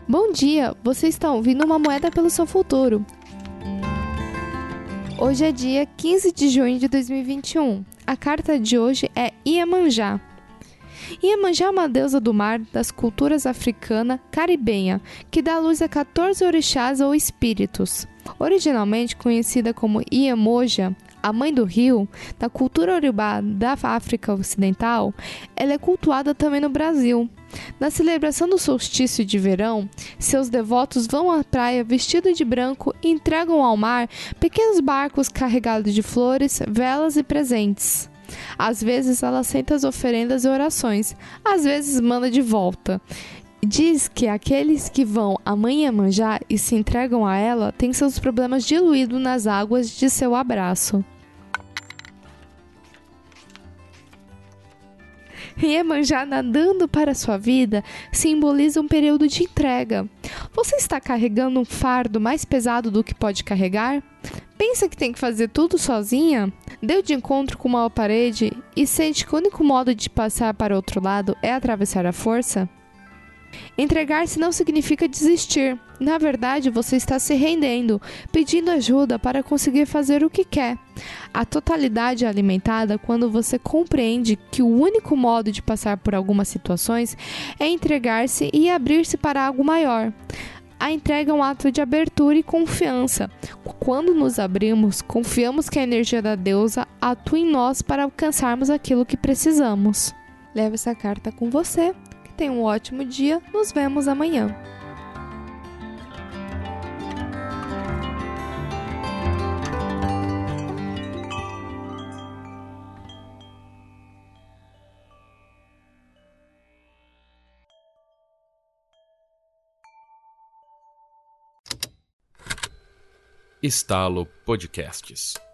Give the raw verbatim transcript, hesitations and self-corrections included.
Bom dia, você está ouvindo Uma Moeda pelo Seu Futuro. Hoje é dia quinze de junho de dois mil e vinte e um. A carta de hoje é Iemanjá. Iemanjá é uma deusa do mar das culturas africana caribenha, que dá luz a quatorze orixás ou espíritos. Originalmente conhecida como Iemoja, a mãe do rio, da cultura urubá da África Ocidental, ela é cultuada também no Brasil. Na celebração do solstício de verão, seus devotos vão à praia vestidos de branco e entregam ao mar pequenos barcos carregados de flores, velas e presentes. Às vezes ela aceita as oferendas e orações, às vezes manda de volta. Diz que aqueles que vão à mãe Iemanjá e se entregam a ela têm seus problemas diluídos nas águas de seu abraço. Iemanjá nadando para sua vida simboliza um período de entrega. Você está carregando um fardo mais pesado do que pode carregar? Pensa que tem que fazer tudo sozinha? Deu de encontro com uma parede e sente que o único modo de passar para outro lado é atravessar a força? Entregar-se não significa desistir. Na verdade, você está se rendendo, pedindo ajuda para conseguir fazer o que quer. A totalidade é alimentada quando você compreende que o único modo de passar por algumas situações é entregar-se e abrir-se para algo maior. A entrega é um ato de abertura e confiança. Quando nos abrimos, confiamos que a energia da deusa atua em nós para alcançarmos aquilo que precisamos. Leve essa carta com você. Tenha um ótimo dia. Nos vemos amanhã. Estalo Podcasts.